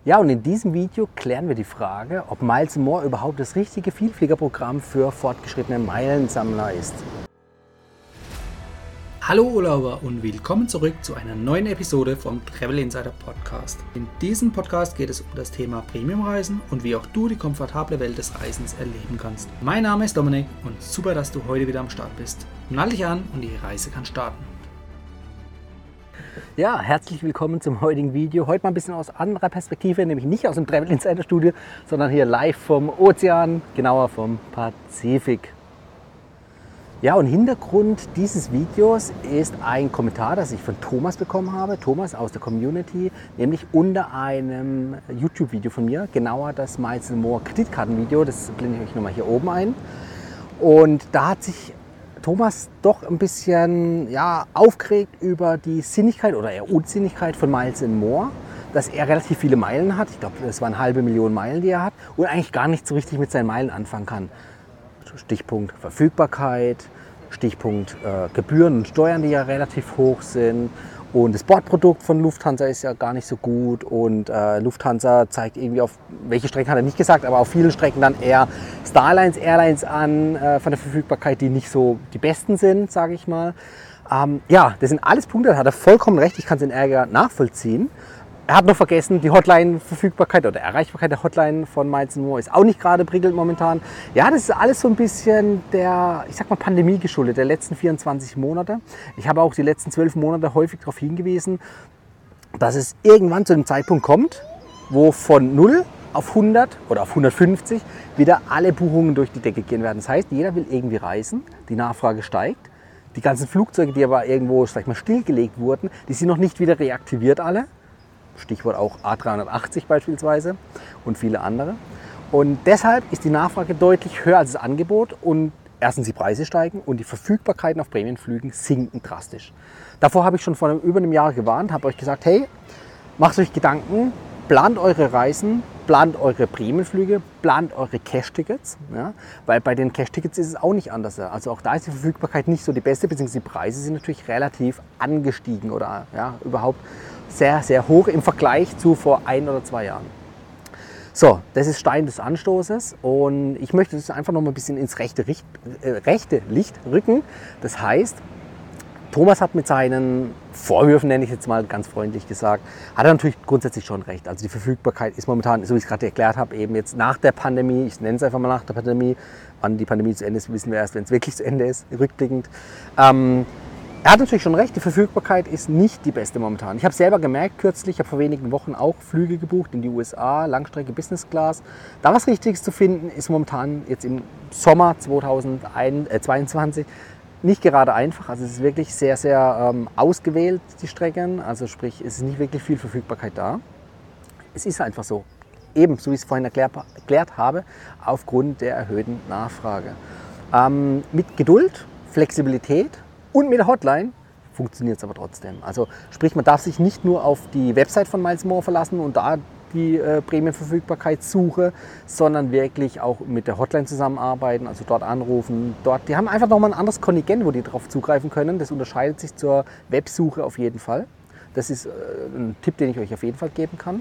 Ja, und in diesem Video klären wir die Frage, ob Miles & More überhaupt das richtige Vielfliegerprogramm für fortgeschrittene Meilensammler ist. Hallo Urlauber und willkommen zurück zu einer neuen Episode vom Travel Insider Podcast. In diesem Podcast geht es um das Thema Premiumreisen und wie auch du die komfortable Welt des Reisens erleben kannst. Mein Name ist Dominik und super, dass du heute wieder am Start bist. Nall dich an und die Reise kann starten. Ja, herzlich willkommen zum heutigen Video. Heute mal ein bisschen aus anderer Perspektive, nämlich nicht aus dem Travel Insider Studio, sondern hier live vom Ozean, genauer vom Pazifik. Ja, und Hintergrund dieses Videos ist ein Kommentar, das ich von Thomas bekommen habe. Thomas aus der Community, nämlich unter einem YouTube-Video von mir, genauer das Miles & More Kreditkartenvideo, das blende ich euch nochmal hier oben ein. Und da hat sich Thomas doch ein bisschen aufgeregt über die Sinnigkeit oder eher Unsinnigkeit von Miles & More, dass er relativ viele Meilen hat. Ich glaube, das waren 500.000 Meilen, die er hat und eigentlich gar nicht so richtig mit seinen Meilen anfangen kann. Stichpunkt Verfügbarkeit, Stichpunkt Gebühren und Steuern, die ja relativ hoch sind. Und das Bordprodukt von Lufthansa ist ja gar nicht so gut. Und Lufthansa zeigt irgendwie auf, welche Strecken hat er nicht gesagt, aber auf vielen Strecken dann eher Starlines, Airlines an von der Verfügbarkeit, die nicht so die besten sind, sage ich mal. Ja, das sind alles Punkte, da hat er vollkommen recht, ich kann den Ärger nachvollziehen. Er hat noch vergessen, die Hotline-Verfügbarkeit oder Erreichbarkeit der Hotline von Miles & More ist auch nicht gerade prickelnd momentan. Ja, das ist alles so ein bisschen der, ich sag mal, Pandemie geschuldet, der letzten 24 Monate. Ich habe auch die letzten 12 Monate häufig darauf hingewiesen, dass es irgendwann zu einem Zeitpunkt kommt, wo von 0 auf 100 oder auf 150 wieder alle Buchungen durch die Decke gehen werden. Das heißt, jeder will irgendwie reisen, die Nachfrage steigt. Die ganzen Flugzeuge, die aber irgendwo, sag ich mal, stillgelegt wurden, die sind noch nicht wieder reaktiviert alle. Stichwort auch A380 beispielsweise und viele andere. Und deshalb ist die Nachfrage deutlich höher als das Angebot und erstens die Preise steigen und die Verfügbarkeiten auf Prämienflügen sinken drastisch. Davor habe ich schon vor über einem Jahr gewarnt, habe euch gesagt, hey, macht euch Gedanken, plant eure Reisen, plant eure Prämienflüge, plant eure Cash-Tickets, ja, weil bei den Cash-Tickets ist es auch nicht anders. Also auch da ist die Verfügbarkeit nicht so die beste, beziehungsweise die Preise sind natürlich relativ angestiegen oder überhaupt sehr, sehr hoch im Vergleich zu vor 1 oder 2 Jahren. So, das ist Stein des Anstoßes und ich möchte das einfach noch mal ein bisschen ins rechte Licht rücken. Das heißt, Thomas hat mit seinen Vorwürfen, nenne ich jetzt mal ganz freundlich gesagt, hat er natürlich grundsätzlich schon recht. Also die Verfügbarkeit ist momentan, so wie ich es gerade erklärt habe, eben jetzt nach der Pandemie, ich nenne es einfach mal nach der Pandemie, wann die Pandemie zu Ende ist, wissen wir erst, wenn es wirklich zu Ende ist, rückblickend. Er hat natürlich schon recht, die Verfügbarkeit ist nicht die beste momentan. Ich habe selber gemerkt kürzlich, ich habe vor wenigen Wochen auch Flüge gebucht in die USA, Langstrecke Business Class. Da was Richtiges zu finden, ist momentan jetzt im Sommer 2022 nicht gerade einfach. Also es ist wirklich sehr, sehr ausgewählt, die Strecken. Also sprich, es ist nicht wirklich viel Verfügbarkeit da. Es ist einfach so, eben, so wie ich es vorhin erklärt habe, aufgrund der erhöhten Nachfrage. Mit Geduld, Flexibilität und mit der Hotline funktioniert es aber trotzdem. Also sprich, man darf sich nicht nur auf die Website von Miles & More verlassen und da die Prämienverfügbarkeit suche, sondern wirklich auch mit der Hotline zusammenarbeiten, also dort anrufen. Die haben einfach nochmal ein anderes Kontingent, wo die darauf zugreifen können. Das unterscheidet sich zur Websuche auf jeden Fall. Das ist ein Tipp, den ich euch auf jeden Fall geben kann.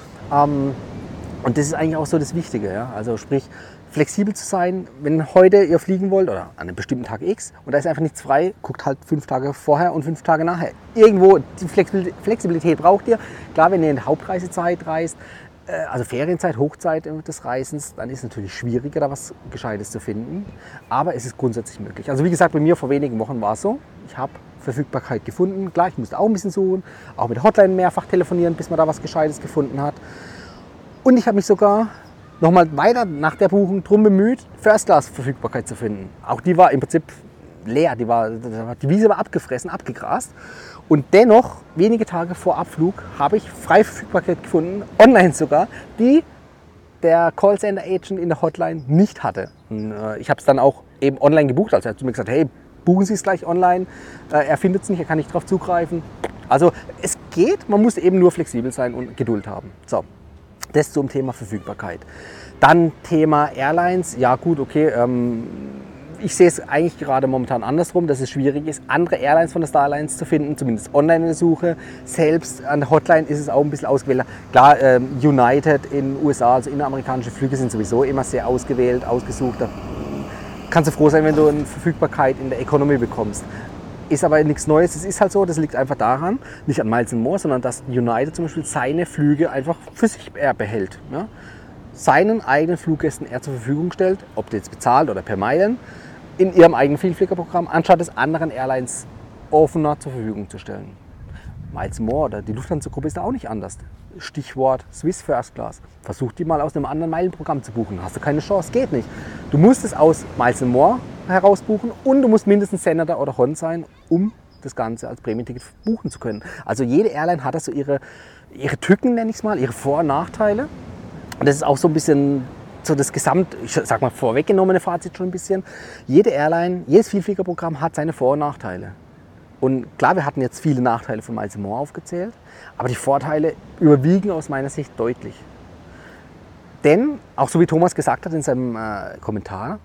Und das ist eigentlich auch so das Wichtige. Ja? Also sprich, flexibel zu sein, wenn heute ihr fliegen wollt oder an einem bestimmten Tag X und da ist einfach nichts frei, guckt halt 5 Tage vorher und 5 Tage nachher. Irgendwo die Flexibilität braucht ihr. Klar, wenn ihr in der Hauptreisezeit reist, also Ferienzeit, Hochzeit des Reisens, dann ist es natürlich schwieriger, da was Gescheites zu finden. Aber es ist grundsätzlich möglich. Also wie gesagt, bei mir vor wenigen Wochen war es so, ich habe Verfügbarkeit gefunden. Klar, ich musste auch ein bisschen suchen, auch mit der Hotline mehrfach telefonieren, bis man da was Gescheites gefunden hat. Und ich habe mich sogar nochmal weiter nach der Buchung darum bemüht, First-Class-Verfügbarkeit zu finden. Auch die war im Prinzip leer, die Wiese war abgefressen, abgegrast. Und dennoch, wenige Tage vor Abflug, habe ich freie Verfügbarkeit gefunden, online sogar, die der Callcenter-Agent in der Hotline nicht hatte. Und, ich habe es dann auch eben online gebucht, also er hat zu mir gesagt, hey, buchen Sie es gleich online, er findet es nicht, er kann nicht darauf zugreifen. Also es geht, man muss eben nur flexibel sein und Geduld haben. So. Das zum Thema Verfügbarkeit. Dann Thema Airlines. Ja gut, okay, ich sehe es eigentlich gerade momentan andersrum, dass es schwierig ist, andere Airlines von der Star Alliance zu finden, zumindest online in der Suche. Selbst an der Hotline ist es auch ein bisschen ausgewählt. Klar, United in den USA, also inneramerikanische Flüge sind sowieso immer sehr ausgewählt, ausgesucht. Da kannst du froh sein, wenn du eine Verfügbarkeit in der Economy bekommst. Ist aber nichts Neues, es ist halt so, das liegt einfach daran, nicht an Miles & More, sondern dass United zum Beispiel seine Flüge einfach für sich behält. Ja? Seinen eigenen Fluggästen zur Verfügung stellt, ob die jetzt bezahlt oder per Meilen, in ihrem eigenen Vielfliegerprogramm, anstatt es anderen Airlines offener zur Verfügung zu stellen. Miles & More oder die Lufthansa-Gruppe ist da auch nicht anders. Stichwort Swiss First Class. Versuch die mal aus einem anderen Meilenprogramm zu buchen. Hast du keine Chance, geht nicht. Du musst es aus Miles & More heraus buchen und du musst mindestens Senator oder Hon sein, um das Ganze als Prämienticket buchen zu können. Also jede Airline hat da so ihre Tücken, nenne ich es mal, ihre Vor- und Nachteile. Und das ist auch so ein bisschen so das ich sag mal vorweggenommene Fazit schon ein bisschen. Jede Airline, jedes Vielfliegerprogramm hat seine Vor- und Nachteile. Und klar, wir hatten jetzt viele Nachteile von Miles & More aufgezählt, aber die Vorteile überwiegen aus meiner Sicht deutlich. Denn, auch so wie Thomas gesagt hat in seinem Kommentar,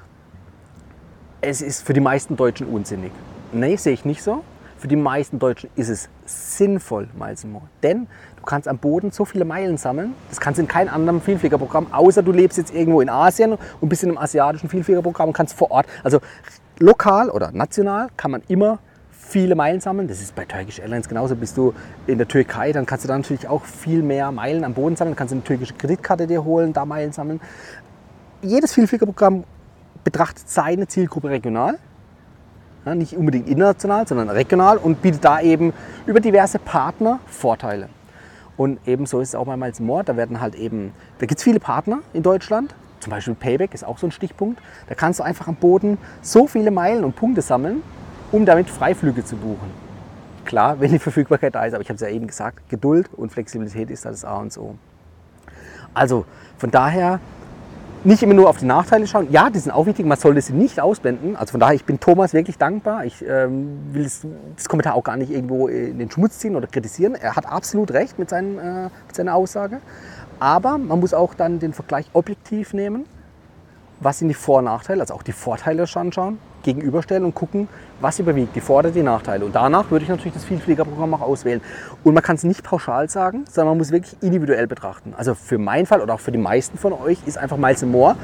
es ist für die meisten Deutschen unsinnig. Nee, sehe ich nicht so. Für die meisten Deutschen ist es sinnvoll, Miles & More. Denn du kannst am Boden so viele Meilen sammeln, das kannst du in keinem anderen Vielfliegerprogramm, außer du lebst jetzt irgendwo in Asien und bist in einem asiatischen Vielfliegerprogramm und kannst vor Ort, also lokal oder national, kann man immer viele Meilen sammeln. Das ist bei Turkish Airlines genauso. Bist du in der Türkei, dann kannst du da natürlich auch viel mehr Meilen am Boden sammeln. Dann kannst du eine türkische Kreditkarte dir holen, da Meilen sammeln. Jedes Vielfliegerprogramm betrachtet seine Zielgruppe regional. Ja, nicht unbedingt international, sondern regional und bietet da eben über diverse Partner Vorteile. Und ebenso ist es auch bei Miles & More. Da gibt es viele Partner in Deutschland. Zum Beispiel Payback ist auch so ein Stichpunkt. Da kannst du einfach am Boden so viele Meilen und Punkte sammeln, um damit Freiflüge zu buchen. Klar, wenn die Verfügbarkeit da ist, aber ich habe es ja eben gesagt, Geduld und Flexibilität ist da das A und O. Also von daher nicht immer nur auf die Nachteile schauen. Ja, die sind auch wichtig, man sollte sie nicht ausblenden. Also von daher, ich bin Thomas wirklich dankbar. Ich will das Kommentar auch gar nicht irgendwo in den Schmutz ziehen oder kritisieren. Er hat absolut recht mit seiner Aussage. Aber man muss auch dann den Vergleich objektiv nehmen. Was sind die Vor- und Nachteile, also auch die Vorteile anschauen, gegenüberstellen und gucken, was überwiegt, die Vor- oder die Nachteile. Und danach würde ich natürlich das Vielfliegerprogramm auch auswählen. Und man kann es nicht pauschal sagen, sondern man muss wirklich individuell betrachten. Also für meinen Fall oder auch für die meisten von euch ist einfach Miles & More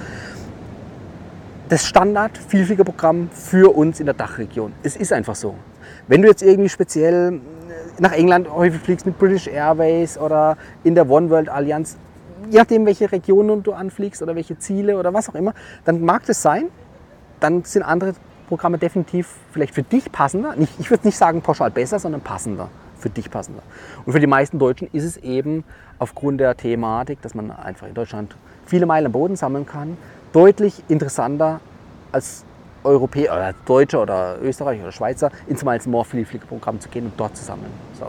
das Standard-Vielfliegerprogramm für uns in der Dachregion. Es ist einfach so. Wenn du jetzt irgendwie speziell nach England häufig fliegst mit British Airways oder in der One World Allianz, je nachdem, welche Regionen du anfliegst oder welche Ziele oder was auch immer, dann mag das sein. Dann sind andere Programme definitiv vielleicht für dich passender. Ich würde nicht sagen pauschal besser, sondern passender. Für dich passender. Und für die meisten Deutschen ist es eben aufgrund der Thematik, dass man einfach in Deutschland viele Meilen am Boden sammeln kann, deutlich interessanter als Europäer oder Deutsche oder Österreicher oder Schweizer ins Miles & More Vielfliegerprogramm zu gehen und dort zu sammeln. So.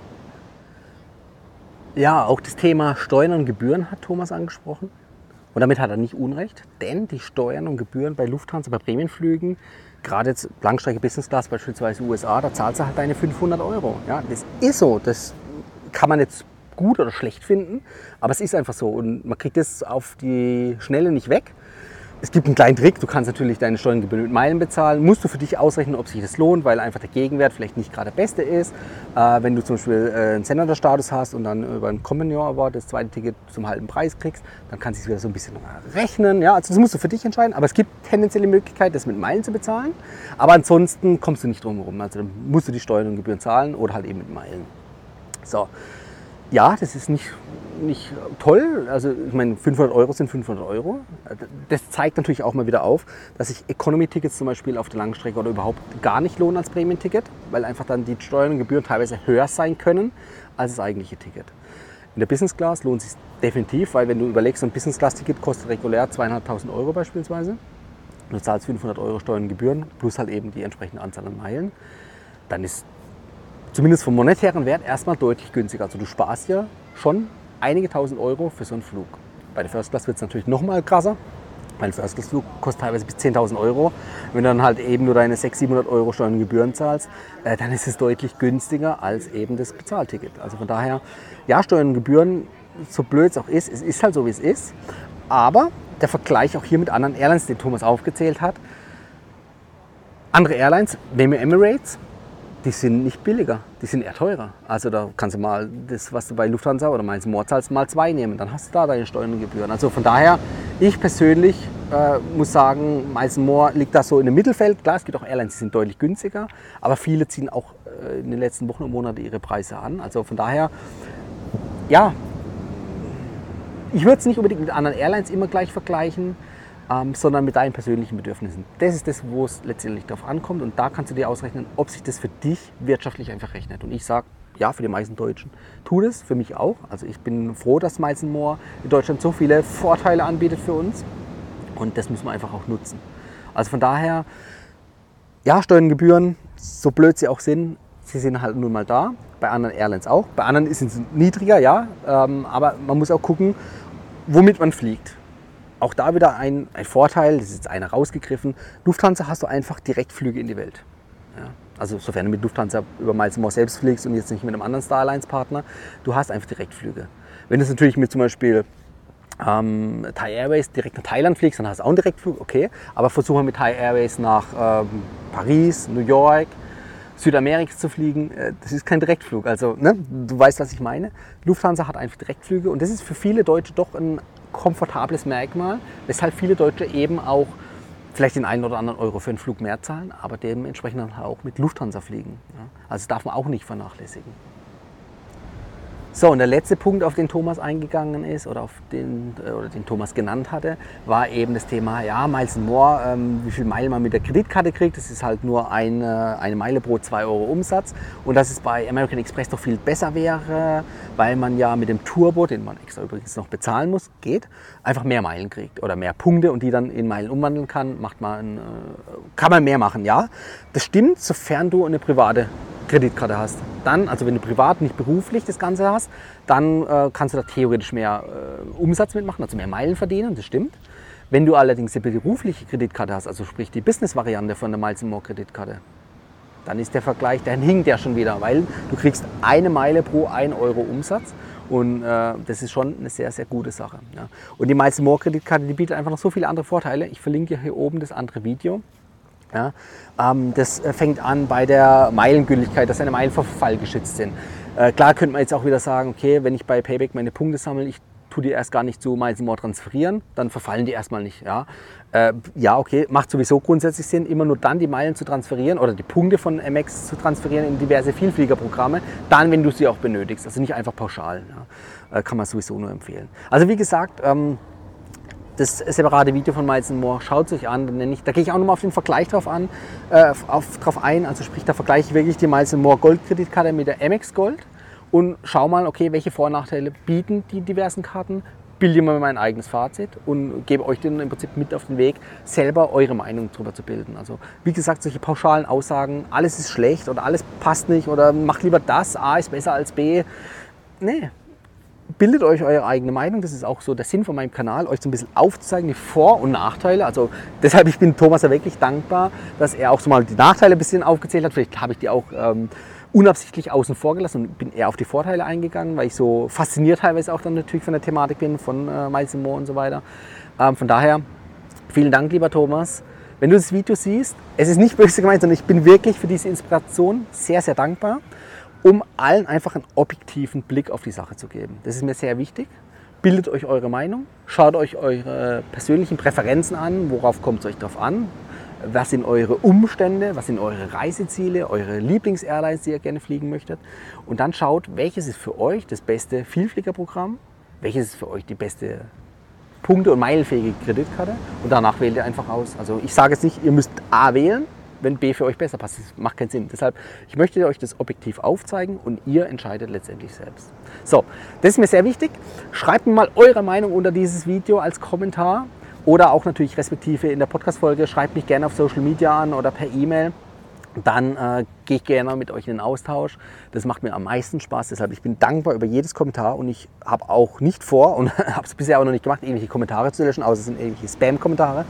Ja, auch das Thema Steuern und Gebühren hat Thomas angesprochen. Und damit hat er nicht Unrecht, denn die Steuern und Gebühren bei Lufthansa, bei Prämienflügen, gerade jetzt Langstrecke Business Class, beispielsweise USA, da zahlst du halt deine 500 €. Ja, das ist so, das kann man jetzt gut oder schlecht finden, aber es ist einfach so und man kriegt das auf die Schnelle nicht weg. Es gibt einen kleinen Trick, du kannst natürlich deine Steuergebühren mit Meilen bezahlen, musst du für dich ausrechnen, ob sich das lohnt, weil einfach der Gegenwert vielleicht nicht gerade der beste ist. Wenn du zum Beispiel einen Senator-Status hast und dann über einen Companion Award das zweite Ticket zum halben Preis kriegst, dann kannst du es wieder so ein bisschen rechnen. Ja, also das musst du für dich entscheiden, aber es gibt tendenziell die Möglichkeit, das mit Meilen zu bezahlen. Aber ansonsten kommst du nicht drum herum, also dann musst du die Steuern und Gebühren zahlen oder halt eben mit Meilen. So. Ja, das ist nicht toll. Also ich meine, 500 € sind 500 €. Das zeigt natürlich auch mal wieder auf, dass sich Economy-Tickets zum Beispiel auf der Langstrecke oder überhaupt gar nicht lohnen als Prämienticket, weil einfach dann die Steuern und Gebühren teilweise höher sein können als das eigentliche Ticket. In der Business Class lohnt es sich definitiv, weil wenn du überlegst, ein Business Class-Ticket kostet regulär 2.500 € beispielsweise. Du zahlst 500 € Steuern und Gebühren plus halt eben die entsprechende Anzahl an Meilen. Dann ist zumindest vom monetären Wert erstmal deutlich günstiger. Also du sparst ja schon einige tausend Euro für so einen Flug. Bei der First Class wird es natürlich noch mal krasser, weil der First Class Flug kostet teilweise bis 10.000 €. Wenn du dann halt eben nur deine 600-700 € Steuern und Gebühren zahlst, dann ist es deutlich günstiger als eben das Bezahlticket. Also von daher, ja, Steuern und Gebühren, so blöd es auch ist, es ist halt so, wie es ist. Aber der Vergleich auch hier mit anderen Airlines, den Thomas aufgezählt hat, Andere Airlines, nehmen wir Emirates, die sind nicht billiger, die sind eher teurer. Also da kannst du mal das, was du bei Lufthansa oder Miles & More zahlst, mal 2 nehmen. Dann hast du da deine Steuern und Gebühren. Also von daher, ich persönlich muss sagen, Miles & More liegt da so in dem Mittelfeld. Klar, es gibt auch Airlines, die sind deutlich günstiger. Aber viele ziehen auch in den letzten Wochen und Monaten ihre Preise an. Also von daher, ja, ich würde es nicht unbedingt mit anderen Airlines immer gleich vergleichen, sondern mit deinen persönlichen Bedürfnissen. Das ist das, wo es letztendlich darauf ankommt und da kannst du dir ausrechnen, ob sich das für dich wirtschaftlich einfach rechnet. Und ich sage, ja, für die meisten Deutschen tut es, für mich auch. Also ich bin froh, dass Miles & More in Deutschland so viele Vorteile anbietet für uns und das müssen wir einfach auch nutzen. Also von daher, ja, Steuern und Gebühren, so blöd sie auch sind, sie sind halt nun mal da, bei anderen Airlines auch. Bei anderen ist es niedriger, ja, aber man muss auch gucken, womit man fliegt. Auch da wieder ein Vorteil, das ist jetzt einer rausgegriffen. Lufthansa hast du einfach Direktflüge in die Welt. Ja, also sofern du mit Lufthansa über Miles & More selbst fliegst und jetzt nicht mit einem anderen Star Alliance Partner, du hast einfach Direktflüge. Wenn du natürlich mit zum Beispiel Thai Airways direkt nach Thailand fliegst, dann hast du auch einen Direktflug, okay. Aber versuche mal mit Thai Airways nach Paris, New York, Südamerika zu fliegen, das ist kein Direktflug. Also ne, du weißt, was ich meine. Lufthansa hat einfach Direktflüge und das ist für viele Deutsche doch ein komfortables Merkmal, weshalb viele Deutsche eben auch vielleicht den einen oder anderen Euro für einen Flug mehr zahlen, aber dementsprechend dann auch mit Lufthansa fliegen. Ja. Also das darf man auch nicht vernachlässigen. So, und der letzte Punkt, auf den Thomas eingegangen ist oder den Thomas genannt hatte, war eben das Thema, ja, Miles & More, wie viel Meilen man mit der Kreditkarte kriegt. Das ist halt nur eine Meile pro 2 Euro Umsatz. Und dass es bei American Express doch viel besser wäre, weil man ja mit dem Turbo, den man extra übrigens noch bezahlen muss, einfach mehr Meilen kriegt oder mehr Punkte und die dann in Meilen umwandeln kann, kann man mehr machen, ja. Das stimmt, sofern du eine private Kreditkarte hast. Dann, also wenn du privat, nicht beruflich das Ganze hast, dann kannst du da theoretisch mehr Umsatz mitmachen, also mehr Meilen verdienen, das stimmt. Wenn du allerdings eine berufliche Kreditkarte hast, also sprich die Business-Variante von der Miles & More Kreditkarte, dann ist der Vergleich, dann hinkt der schon wieder, weil du kriegst eine Meile pro 1 Euro Umsatz und das ist schon eine sehr, sehr gute Sache. Ja. Und die Miles & More Kreditkarte, die bietet einfach noch so viele andere Vorteile. Ich verlinke hier oben das andere Video. Ja, das fängt an bei der Meilengültigkeit, dass deine Meilen vor Verfall geschützt sind. Klar könnte man jetzt auch wieder sagen, okay, wenn ich bei Payback meine Punkte sammle, ich tue die erst gar nicht zu Miles & More transferieren, dann verfallen die erstmal nicht. Ja, ja, okay, macht sowieso grundsätzlich Sinn, immer nur dann die Meilen zu transferieren oder die Punkte von Amex zu transferieren in diverse Vielfliegerprogramme, dann, wenn du sie auch benötigst, also nicht einfach pauschal. Ja, kann man sowieso nur empfehlen. Also wie gesagt, das separate Video von Miles & More, schaut es euch an, da gehe ich auch nochmal auf den Vergleich drauf ein, also sprich, da vergleiche ich wirklich die Miles & More Gold-Kreditkarte mit der Amex Gold und schau mal, okay, welche Vor- und Nachteile bieten die diversen Karten, bilde mir mein eigenes Fazit und gebe euch dann im Prinzip mit auf den Weg, selber eure Meinung darüber zu bilden. Also wie gesagt, solche pauschalen Aussagen, alles ist schlecht oder alles passt nicht oder macht lieber das, A ist besser als B, nee. Bildet euch eure eigene Meinung, das ist auch so der Sinn von meinem Kanal, euch so ein bisschen aufzuzeigen, die Vor- und Nachteile. Also deshalb, ich bin Thomas ja wirklich dankbar, dass er auch so mal die Nachteile ein bisschen aufgezählt hat. Vielleicht habe ich die auch unabsichtlich außen vor gelassen und bin eher auf die Vorteile eingegangen, weil ich so fasziniert teilweise auch dann natürlich von der Thematik bin, von Miles & More und so weiter. Von daher, vielen Dank, lieber Thomas. Wenn du das Video siehst, es ist nicht böse gemeint, sondern ich bin wirklich für diese Inspiration sehr, sehr dankbar, um allen einfach einen objektiven Blick auf die Sache zu geben. Das ist mir sehr wichtig. Bildet euch eure Meinung, schaut euch eure persönlichen Präferenzen an, worauf kommt es euch drauf an, was sind eure Umstände, was sind eure Reiseziele, eure Lieblings-Airlines, die ihr gerne fliegen möchtet. Und dann schaut, welches ist für euch das beste Vielfliegerprogramm, welches ist für euch die beste Punkte- und meilenfähige Kreditkarte und danach wählt ihr einfach aus. Also ich sage jetzt nicht, ihr müsst A wählen, wenn B für euch besser passt. Das macht keinen Sinn. Deshalb, ich möchte euch das objektiv aufzeigen und ihr entscheidet letztendlich selbst. So, das ist mir sehr wichtig. Schreibt mir mal eure Meinung unter dieses Video als Kommentar oder auch natürlich respektive in der Podcast-Folge. Schreibt mich gerne auf Social Media an oder per E-Mail. Dann gehe ich gerne mit euch in den Austausch. Das macht mir am meisten Spaß. Deshalb, ich bin dankbar über jedes Kommentar und ich habe auch nicht vor und habe es bisher auch noch nicht gemacht, irgendwelche Kommentare zu löschen, außer es sind irgendwelche Spam-Kommentare.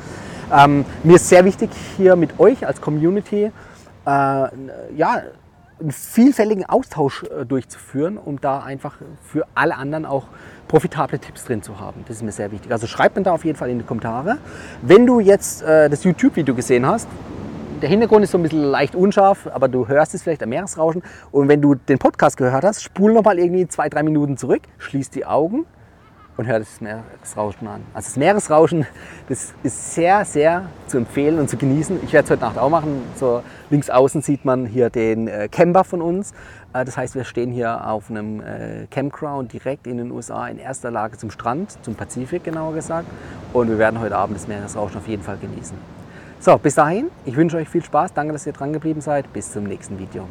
Mir ist sehr wichtig, hier mit euch als Community ja, einen vielfältigen Austausch durchzuführen, um da einfach für alle anderen auch profitable Tipps drin zu haben. Das ist mir sehr wichtig. Also schreibt mir da auf jeden Fall in die Kommentare. Wenn du jetzt das YouTube-Video gesehen hast, der Hintergrund ist so ein bisschen leicht unscharf, aber du hörst es vielleicht am Meeresrauschen. Und wenn du den Podcast gehört hast, spul nochmal irgendwie 2-3 Minuten zurück, schließ die Augen und hör das Meeresrauschen an. Also das Meeresrauschen, das ist sehr, sehr zu empfehlen und zu genießen. Ich werde es heute Nacht auch machen. So links außen sieht man hier den Camper von uns. Das heißt, wir stehen hier auf einem Campground direkt in den USA in erster Lage zum Strand, zum Pazifik genauer gesagt. Und wir werden heute Abend das Meeresrauschen auf jeden Fall genießen. So, bis dahin, ich wünsche euch viel Spaß. Danke, dass ihr dran geblieben seid. Bis zum nächsten Video.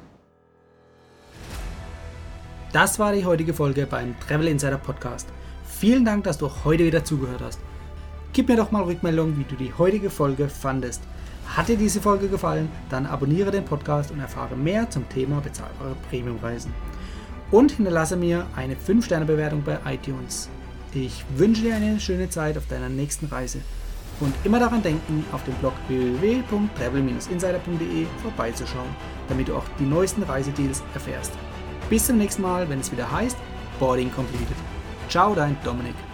Das war die heutige Folge beim Travel Insider Podcast. Vielen Dank, dass du heute wieder zugehört hast. Gib mir doch mal Rückmeldung, wie du die heutige Folge fandest. Hat dir diese Folge gefallen, dann abonniere den Podcast und erfahre mehr zum Thema bezahlbare Premiumreisen. Und hinterlasse mir eine 5-Sterne-Bewertung bei iTunes. Ich wünsche dir eine schöne Zeit auf deiner nächsten Reise. Und immer daran denken, auf dem Blog www.travel-insider.de vorbeizuschauen, damit du auch die neuesten Reisedeals erfährst. Bis zum nächsten Mal, wenn es wieder heißt Boarding Completed. Ciao, dein Dominik.